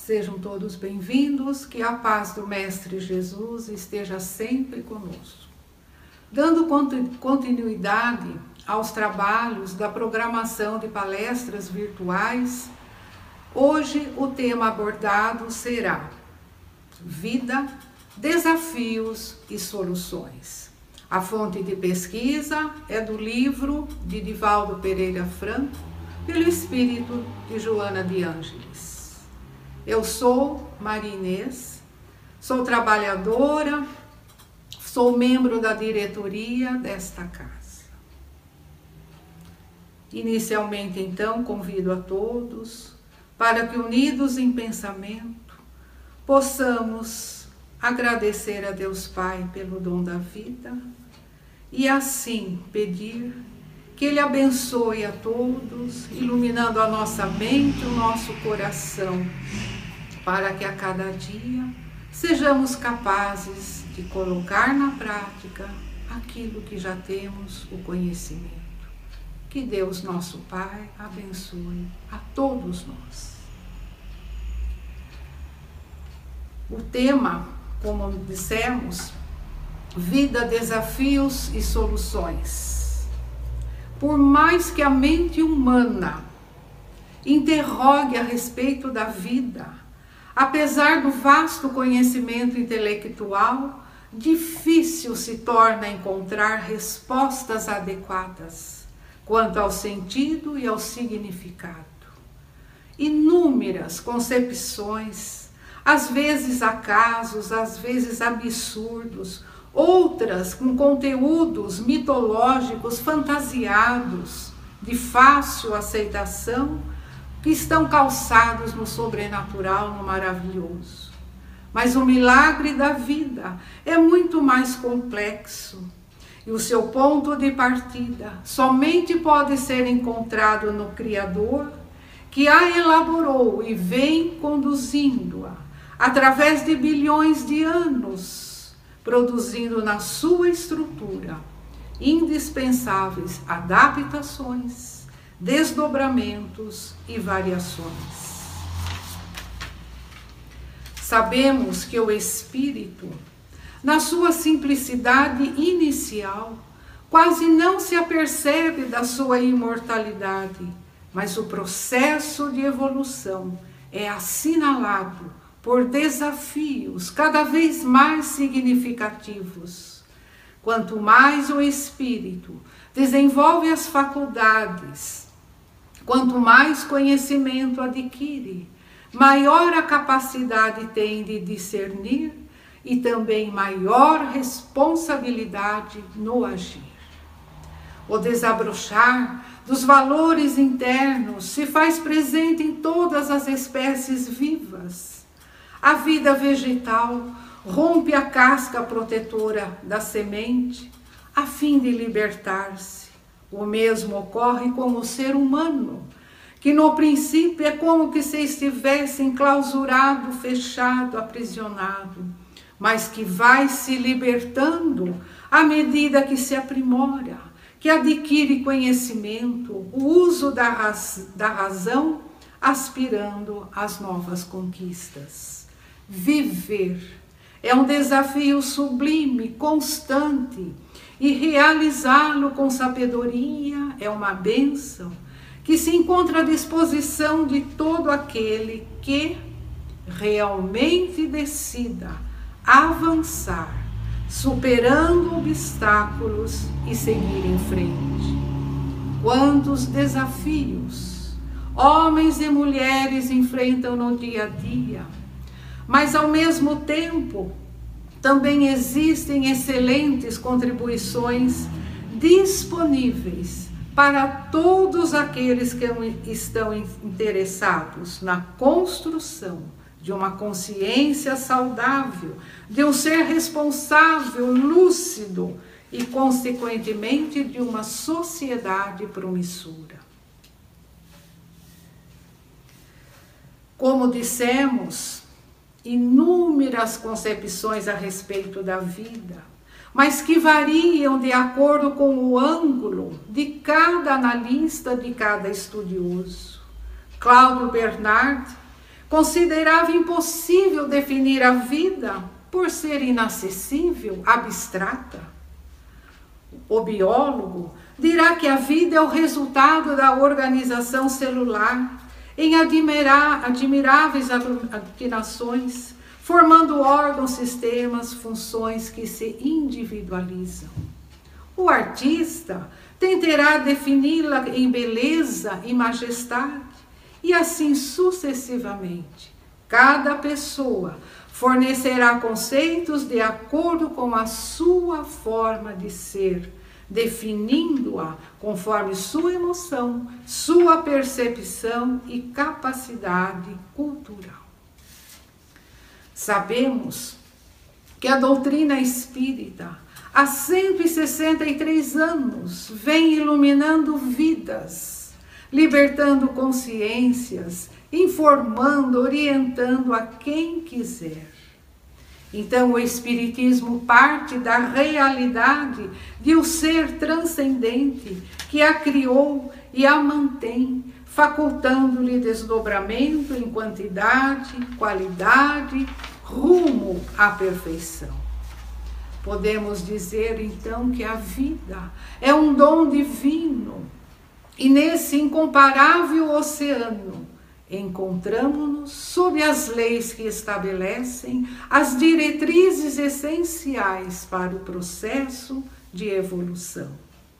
Sejam todos bem-vindos, que a paz do Mestre Jesus esteja sempre conosco. Dando continuidade aos trabalhos da programação de palestras virtuais, hoje o tema abordado será Vida, Desafios e Soluções. A fonte de pesquisa é do livro de Divaldo Pereira Franco, pelo espírito de Joana de Ângeles. Eu sou Maria Inês, sou trabalhadora, sou membro da diretoria desta casa. Inicialmente, então, convido a todos para que, unidos em pensamento, possamos agradecer a Deus Pai pelo dom da vida e assim pedir que Ele abençoe a todos, iluminando a nossa mente, o nosso coração, para que a cada dia sejamos capazes de colocar na prática aquilo que já temos o conhecimento. Que Deus, nosso Pai, abençoe a todos nós. O tema, como dissemos, vida, desafios e soluções. Por mais que a mente humana interrogue a respeito da vida, apesar do vasto conhecimento intelectual, difícil se torna encontrar respostas adequadas quanto ao sentido e ao significado. Inúmeras concepções, às vezes acasos, às vezes absurdos, outras com conteúdos mitológicos fantasiados, de fácil aceitação, que estão calçados no sobrenatural, no maravilhoso. Mas o milagre da vida é muito mais complexo e o seu ponto de partida somente pode ser encontrado no Criador, que a elaborou e vem conduzindo-a através de bilhões de anos, produzindo na sua estrutura indispensáveis adaptações, desdobramentos e variações. Sabemos que o espírito, na sua simplicidade inicial, quase não se apercebe da sua imortalidade, mas o processo de evolução é assinalado por desafios cada vez mais significativos. Quanto mais o espírito desenvolve as faculdades, quanto mais conhecimento adquire, maior a capacidade tem de discernir e também maior responsabilidade no agir. O desabrochar dos valores internos se faz presente em todas as espécies vivas. A vida vegetal rompe a casca protetora da semente a fim de libertar-se. O mesmo ocorre com o ser humano, que no princípio é como que se estivesse enclausurado, fechado, aprisionado, mas que vai se libertando à medida que se aprimora, que adquire conhecimento, o uso da razão, aspirando às novas conquistas. Viver é um desafio sublime, constante, e realizá-lo com sabedoria é uma bênção que se encontra à disposição de todo aquele que realmente decida avançar, superando obstáculos e seguir em frente. Quantos desafios homens e mulheres enfrentam no dia a dia, mas ao mesmo tempo também existem excelentes contribuições disponíveis para todos aqueles que estão interessados na construção de uma consciência saudável, de um ser responsável, lúcido e, consequentemente, de uma sociedade promissora. Como dissemos, inúmeras concepções a respeito da vida, mas que variam de acordo com o ângulo de cada analista, de cada estudioso. Cláudio Bernard considerava impossível definir a vida por ser inacessível, abstrata. O biólogo dirá que a vida é o resultado da organização celular em admiráveis aglutinações, formando órgãos, sistemas, funções que se individualizam. O artista tentará defini-la em beleza e majestade, e assim sucessivamente. Cada pessoa fornecerá conceitos de acordo com a sua forma de ser, definindo-a conforme sua emoção, sua percepção e capacidade cultural. Sabemos que a doutrina espírita, há 163 anos, vem iluminando vidas, libertando consciências, informando, orientando a quem quiser. Então, o Espiritismo parte da realidade de um ser transcendente que a criou e a mantém, facultando-lhe desdobramento em quantidade, qualidade, rumo à perfeição. Podemos dizer, então, que a vida é um dom divino e nesse incomparável oceano encontramo-nos sob as leis que estabelecem as diretrizes essenciais para o processo de evolução.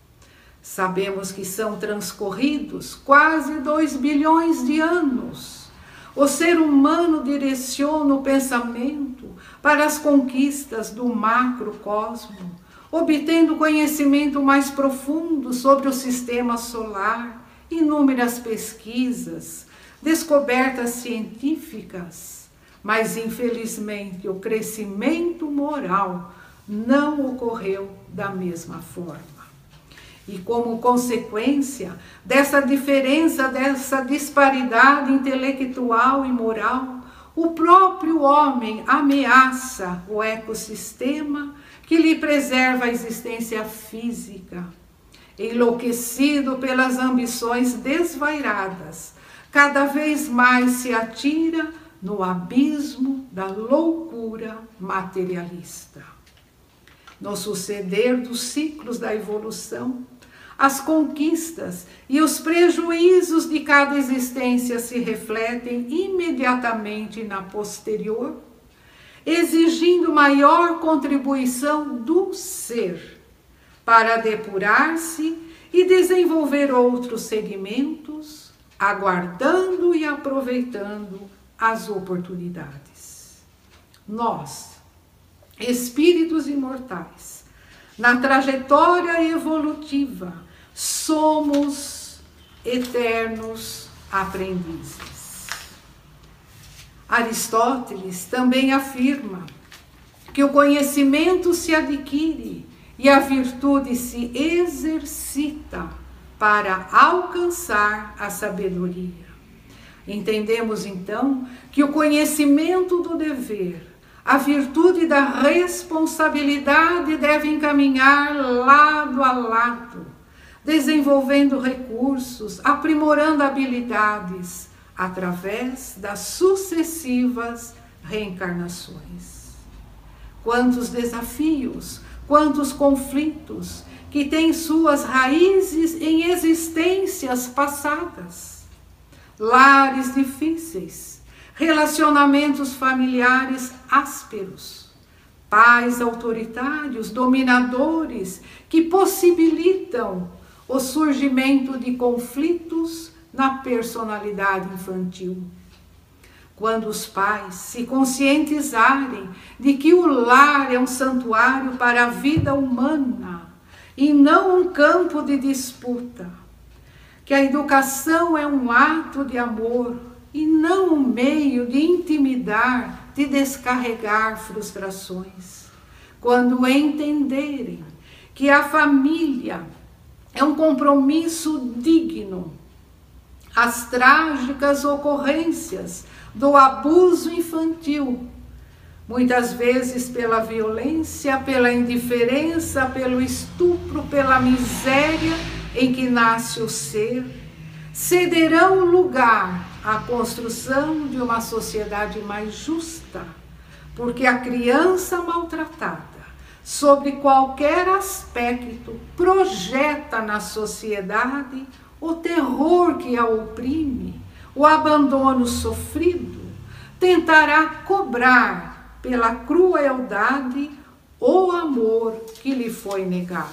Sabemos que são transcorridos quase 2 bilhões de anos. O ser humano direciona o pensamento para as conquistas do macrocosmo, obtendo conhecimento mais profundo sobre o sistema solar, inúmeras pesquisas, descobertas científicas, mas infelizmente o crescimento moral não ocorreu da mesma forma. E como consequência dessa diferença, dessa disparidade intelectual e moral, o próprio homem ameaça o ecossistema que lhe preserva a existência física. Enlouquecido pelas ambições desvairadas, cada vez mais se atira no abismo da loucura materialista. No suceder dos ciclos da evolução, as conquistas e os prejuízos de cada existência se refletem imediatamente na posterior, exigindo maior contribuição do ser para depurar-se e desenvolver outros segmentos, aguardando e aproveitando as oportunidades. Nós, espíritos imortais, na trajetória evolutiva, somos eternos aprendizes. Aristóteles também afirma que o conhecimento se adquire e a virtude se exercita para alcançar a sabedoria. Entendemos então que o conhecimento do dever, a virtude da responsabilidade devem caminhar lado a lado, desenvolvendo recursos, aprimorando habilidades, através das sucessivas reencarnações. Quantos desafios, quantos conflitos que têm suas raízes em existências passadas, lares difíceis, relacionamentos familiares ásperos, pais autoritários, dominadores, que possibilitam o surgimento de conflitos na personalidade infantil. Quando os pais se conscientizarem de que o lar é um santuário para a vida humana e não um campo de disputa, que a educação é um ato de amor e não um meio de intimidar, de descarregar frustrações. Quando entenderem que a família é um compromisso digno, as trágicas ocorrências do abuso infantil, muitas vezes pela violência, pela indiferença, pelo estupro, pela miséria em que nasce o ser, cederão lugar a construção de uma sociedade mais justa, porque a criança maltratada, sob qualquer aspecto, projeta na sociedade o terror que a oprime, o abandono sofrido, tentará cobrar pela crueldade o amor que lhe foi negado.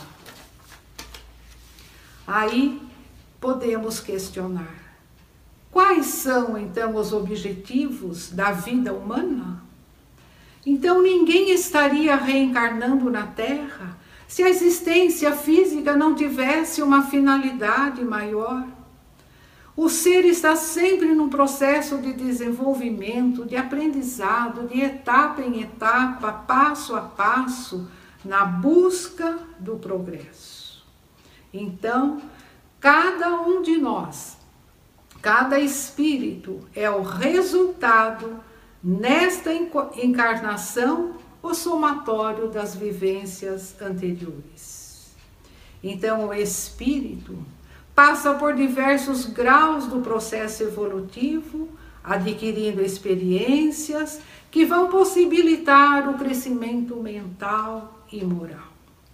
Aí podemos questionar: quais são então os objetivos da vida humana? Então ninguém estaria reencarnando na Terra se a existência física não tivesse uma finalidade maior. O ser está sempre num processo de desenvolvimento, de aprendizado, de etapa em etapa, passo a passo, na busca do progresso. Então, cada um de nós, cada espírito é o resultado, nesta encarnação, o somatório das vivências anteriores. Então, o espírito passa por diversos graus do processo evolutivo, adquirindo experiências que vão possibilitar o crescimento mental e moral.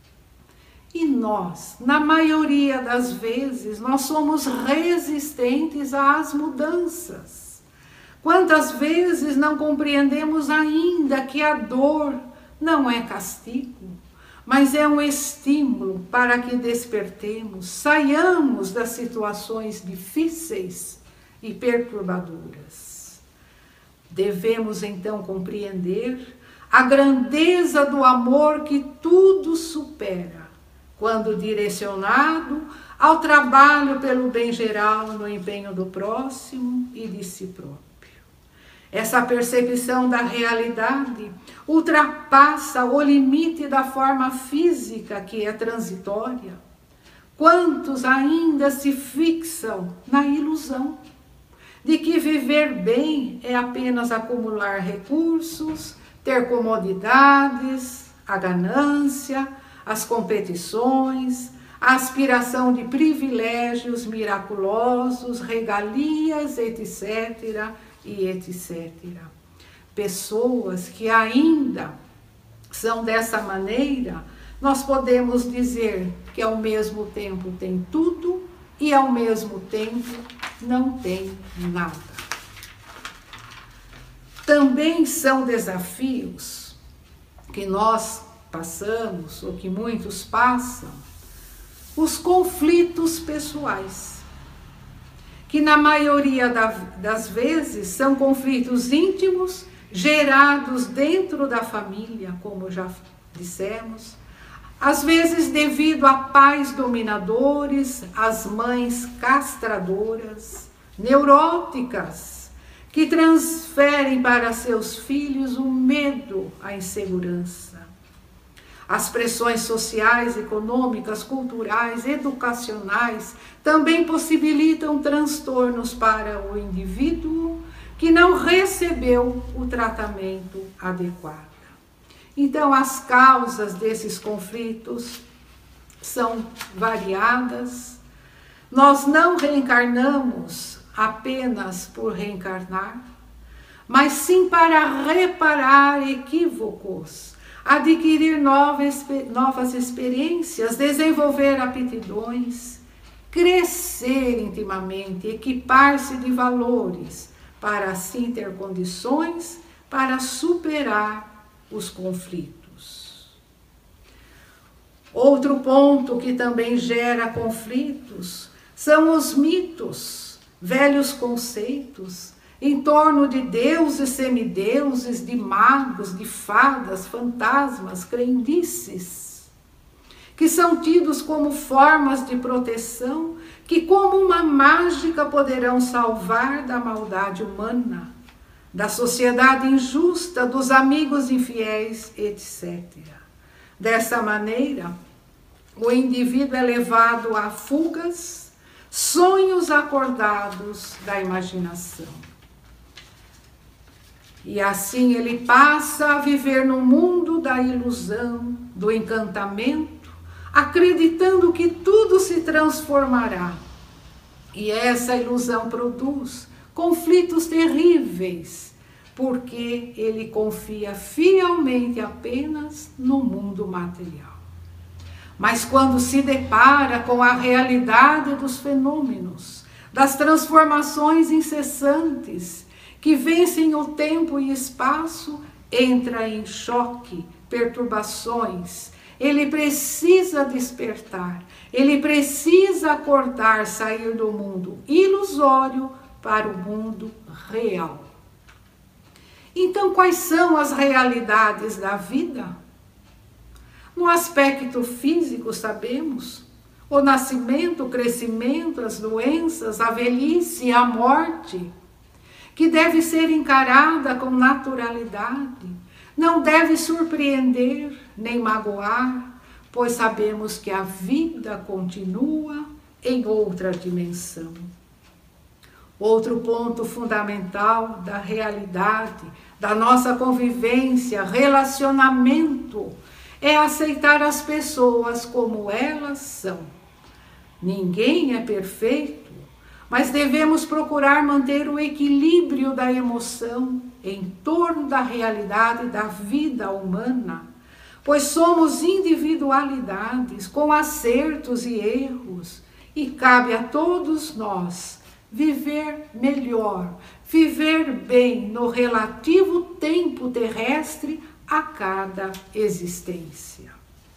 E nós, na maioria das vezes, nós somos resistentes às mudanças. Quantas vezes não compreendemos ainda que a dor não é castigo, mas é um estímulo para que despertemos, saiamos das situações difíceis e perturbadoras. Devemos então compreender a grandeza do amor que tudo supera, quando direcionado ao trabalho pelo bem geral, no empenho do próximo e de si próprio. Essa percepção da realidade ultrapassa o limite da forma física, que é transitória. Quantos ainda se fixam na ilusão de que viver bem é apenas acumular recursos, ter comodidades, a ganância, as competições, a aspiração de privilégios miraculosos, regalias, etc., e etc. Pessoas que ainda são dessa maneira, nós podemos dizer que ao mesmo tempo tem tudo e ao mesmo tempo não tem nada. Também são desafios que nós passamos, ou que muitos passam, os conflitos pessoais, que na maioria das vezes são conflitos íntimos, gerados dentro da família, como já dissemos, às vezes devido a pais dominadores, às mães castradoras, neuróticas, que transferem para seus filhos o medo, a insegurança. As pressões sociais, econômicas, culturais, educacionais também possibilitam transtornos para o indivíduo que não recebeu o tratamento adequado. Então, as causas desses conflitos são variadas. Nós não reencarnamos apenas por reencarnar, mas sim para reparar equívocos, adquirir novas experiências, desenvolver aptidões, crescer intimamente, equipar-se de valores, para assim ter condições para superar os conflitos. Outro ponto que também gera conflitos são os mitos, velhos conceitos, em torno de deuses, semideuses, de magos, de fadas, fantasmas, crendices, que são tidos como formas de proteção, que como uma mágica poderão salvar da maldade humana, da sociedade injusta, dos amigos infiéis, etc. Dessa maneira, o indivíduo é levado a fugas, sonhos acordados da imaginação. E assim ele passa a viver no mundo da ilusão, do encantamento, acreditando que tudo se transformará. E essa ilusão produz conflitos terríveis, porque ele confia fielmente apenas no mundo material. Mas quando se depara com a realidade dos fenômenos, das transformações incessantes que vencem o tempo e espaço, entra em choque, perturbações. Ele precisa despertar, ele precisa acordar, sair do mundo ilusório para o mundo real. Então, quais são as realidades da vida? No aspecto físico, sabemos, o nascimento, o crescimento, as doenças, a velhice e a morte, que deve ser encarada com naturalidade, não deve surpreender nem magoar, pois sabemos que a vida continua em outra dimensão. Outro ponto fundamental da realidade, da nossa convivência, relacionamento, é aceitar as pessoas como elas são. Ninguém é perfeito, mas devemos procurar manter o equilíbrio da emoção em torno da realidade da vida humana, pois somos individualidades com acertos e erros, e cabe a todos nós viver melhor, viver bem no relativo tempo terrestre a cada existência.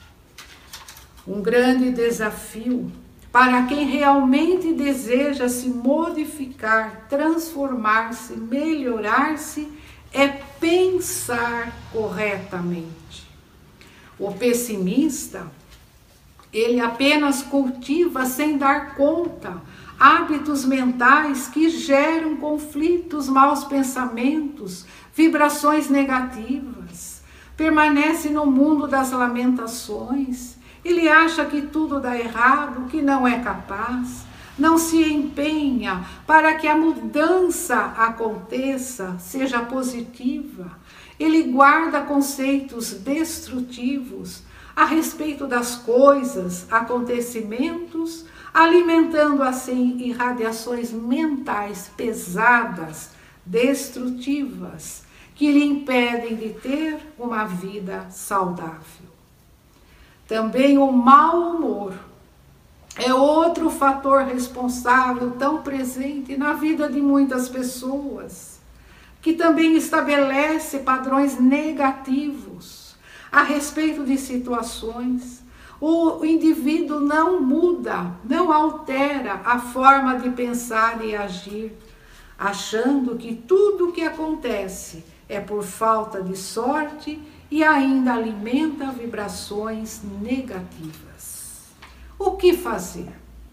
Um grande desafio para quem realmente deseja se modificar, transformar-se, melhorar-se, é pensar corretamente. O pessimista, ele apenas cultiva sem dar conta hábitos mentais que geram conflitos, maus pensamentos, vibrações negativas. Permanece no mundo das lamentações. Ele acha que tudo dá errado, que não é capaz, não se empenha para que a mudança aconteça, seja positiva. Ele guarda conceitos destrutivos a respeito das coisas, acontecimentos, alimentando assim irradiações mentais pesadas, destrutivas, que lhe impedem de ter uma vida saudável. Também o mau humor é outro fator responsável tão presente na vida de muitas pessoas, que também estabelece padrões negativos a respeito de situações. O indivíduo não muda, não altera a forma de pensar e agir, achando que tudo o que acontece é por falta de sorte e ainda alimenta vibrações negativas. O que fazer?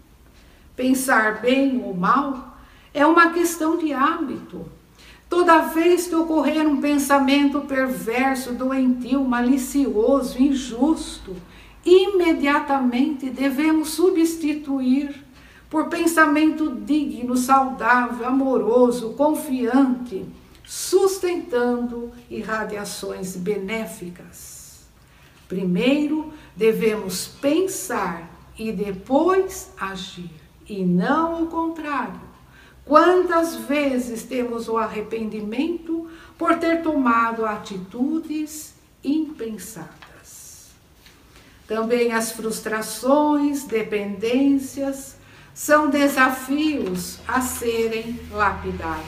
Pensar bem ou mal é uma questão de hábito. Toda vez que ocorrer um pensamento perverso, doentio, malicioso, injusto, imediatamente devemos substituir por pensamento digno, saudável, amoroso, confiante, sustentando irradiações benéficas. Primeiro, devemos pensar e depois agir, e não o contrário. Quantas vezes temos o arrependimento por ter tomado atitudes impensadas? Também as frustrações, dependências, são desafios a serem lapidados.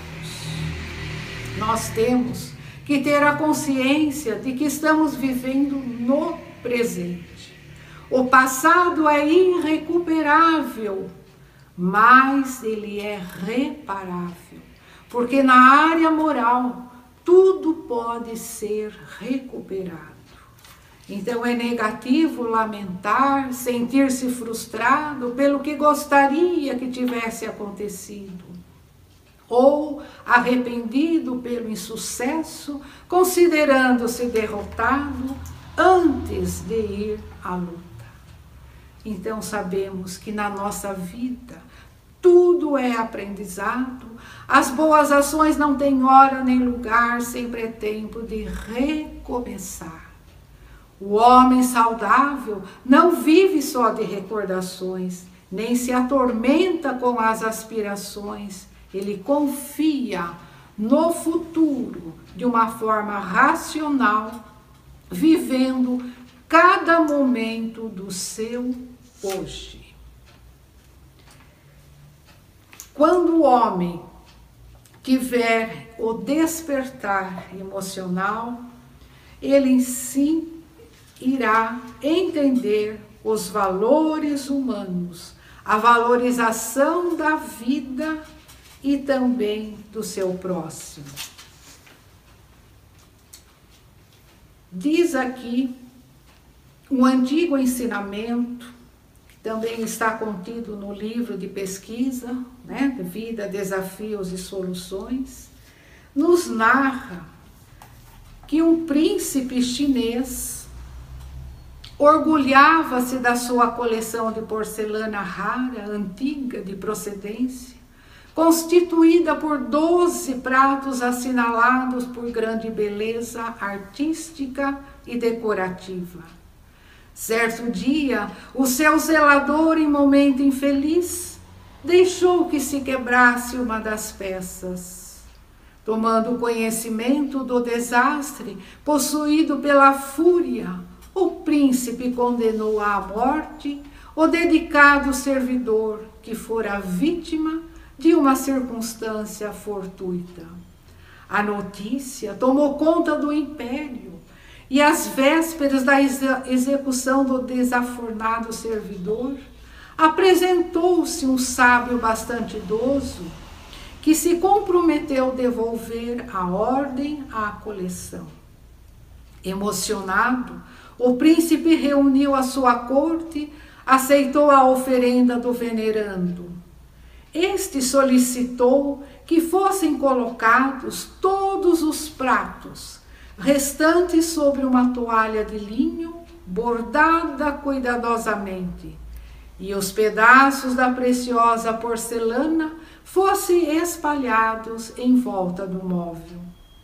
Nós temos que ter a consciência de que estamos vivendo no presente. O passado é irrecuperável, mas ele é reparável, porque na área moral tudo pode ser recuperado. Então é negativo lamentar, sentir-se frustrado pelo que gostaria que tivesse acontecido, ou arrependido pelo insucesso, considerando-se derrotado antes de ir à luta. Então sabemos que na nossa vida tudo é aprendizado, as boas ações não têm hora nem lugar, sempre é tempo de recomeçar. O homem saudável não vive só de recordações, nem se atormenta com as aspirações ele confia no futuro de uma forma racional, vivendo cada momento do seu hoje. Quando o homem tiver o despertar emocional, ele sim irá entender os valores humanos, a valorização da vida e também do seu próximo. Diz aqui um antigo ensinamento, que também está contido no livro de pesquisa, né, Vida, Desafios e Soluções, nos narra que um príncipe chinês orgulhava-se da sua coleção de porcelana rara, antiga, de procedência, constituída por 12 pratos assinalados por grande beleza artística e decorativa. Certo dia, o seu zelador, em momento infeliz, deixou que se quebrasse uma das peças. Tomando conhecimento do desastre, possuído pela fúria, o príncipe condenou à morte o dedicado servidor que fora vítima de uma circunstância fortuita. A notícia tomou conta do império e, às vésperas da execução do desafornado servidor, apresentou-se um sábio bastante idoso que se comprometeu a devolver a ordem à coleção. Emocionado, o príncipe reuniu a sua corte, aceitou a oferenda do venerando. Este solicitou que fossem colocados todos os pratos restantes sobre uma toalha de linho bordada cuidadosamente, e os pedaços da preciosa porcelana fossem espalhados em volta do móvel.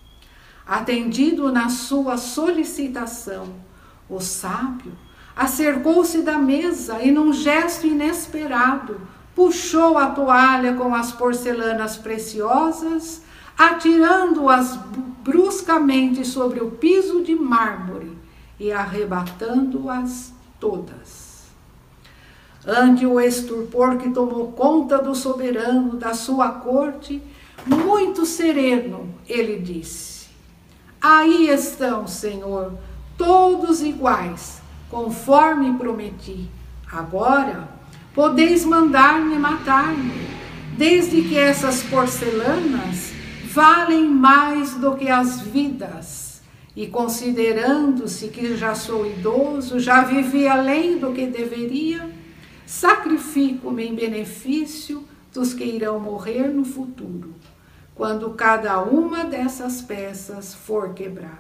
Atendido na sua solicitação, o sábio acercou-se da mesa e, num gesto inesperado, puxou a toalha com as porcelanas preciosas, atirando-as bruscamente sobre o piso de mármore e arrebatando-as todas. Ante o estupor que tomou conta do soberano da sua corte, muito sereno, ele disse: aí estão, Senhor, todos iguais, conforme prometi. Agora podeis mandar-me matar-me, desde que essas porcelanas valem mais do que as vidas, e considerando-se que já sou idoso, já vivi além do que deveria, sacrifico-me em benefício dos que irão morrer no futuro, quando cada uma dessas peças for quebrada.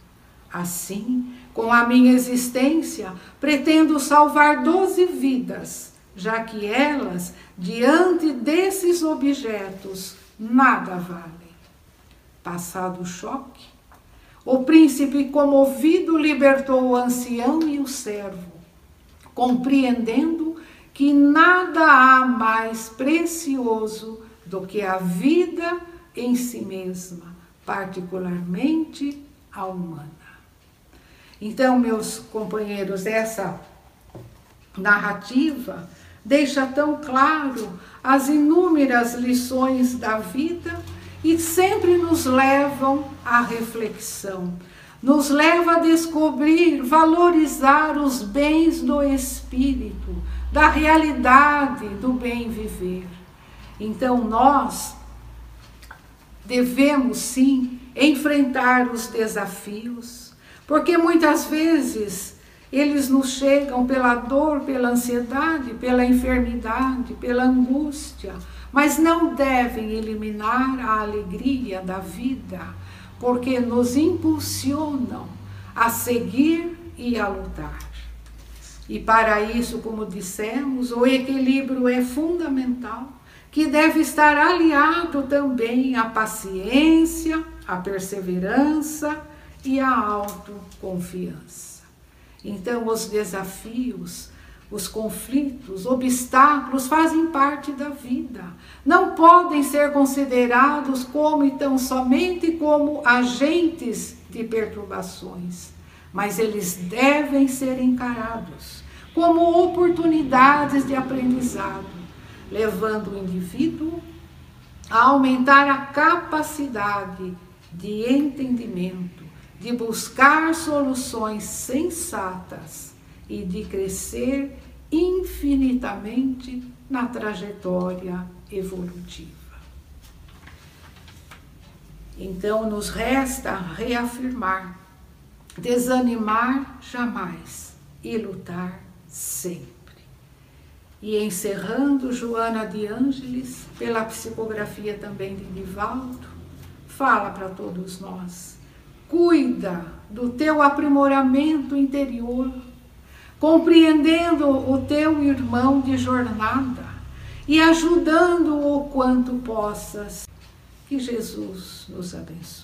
Assim, com a minha existência, pretendo salvar 12 vidas, já que elas, diante desses objetos, nada valem. Passado o choque, o príncipe comovido libertou o ancião e o servo, compreendendo que nada há mais precioso do que a vida em si mesma, particularmente a humana. Então, meus companheiros, essa narrativa deixa tão claro as inúmeras lições da vida e sempre nos levam à reflexão, nos leva a descobrir, valorizar os bens do espírito, da realidade do bem viver. Então nós devemos sim enfrentar os desafios, porque muitas vezes eles nos chegam pela dor, pela ansiedade, pela enfermidade, pela angústia, mas não devem eliminar a alegria da vida, porque nos impulsionam a seguir e a lutar. E para isso, como dissemos, o equilíbrio é fundamental, que deve estar aliado também à paciência, à perseverança e à autoconfiança. Então, os desafios Os conflitos, obstáculos fazem parte da vida. Não podem ser considerados como e tão somente como agentes de perturbações, mas eles devem ser encarados como oportunidades de aprendizado, levando o indivíduo a aumentar a capacidade de entendimento, de buscar soluções sensatas e de crescer infinitamente na trajetória evolutiva. Então, nos resta reafirmar, desanimar jamais e lutar sempre. E encerrando Joana de Ângeles, pela psicografia também de Divaldo, fala para todos nós: cuida do teu aprimoramento interior, compreendendo o teu irmão de jornada e ajudando-o o quanto possas. Que Jesus nos abençoe.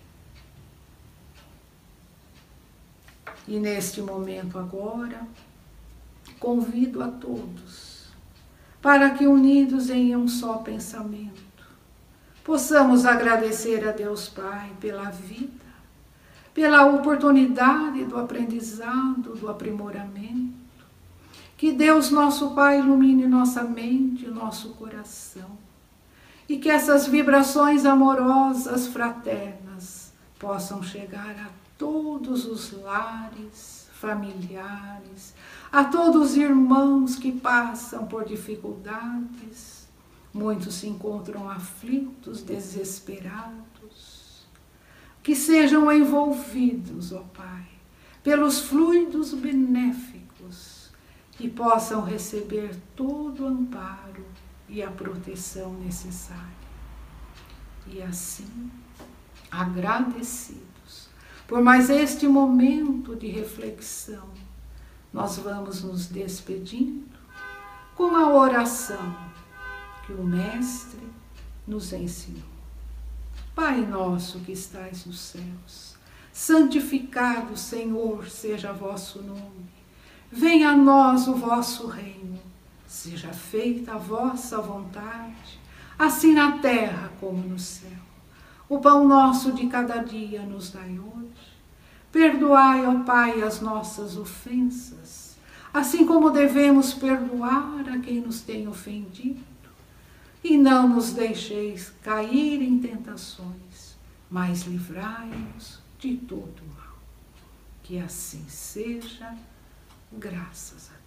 E neste momento agora, convido a todos para que, unidos em um só pensamento, possamos agradecer a Deus Pai pela vida, pela oportunidade do aprendizado, do aprimoramento. Que Deus, nosso Pai, ilumine nossa mente e nosso coração. E que essas vibrações amorosas, fraternas, possam chegar a todos os lares, familiares, a todos os irmãos que passam por dificuldades. Muitos se encontram aflitos, desesperados. Que sejam envolvidos, ó Pai, pelos fluidos benéficos e possam receber todo o amparo e a proteção necessária. E assim, agradecidos por mais este momento de reflexão, nós vamos nos despedindo com a oração que o Mestre nos ensinou. Pai nosso que estais nos céus, santificado, Senhor, seja vosso nome. Venha a nós o vosso reino. Seja feita a vossa vontade, assim na terra como no céu. O pão nosso de cada dia nos dai hoje. Perdoai, ó Pai, as nossas ofensas, assim como devemos perdoar a quem nos tem ofendido. E não nos deixeis cair em tentações, mas livrai-nos de todo mal. Que assim seja, graças a Deus.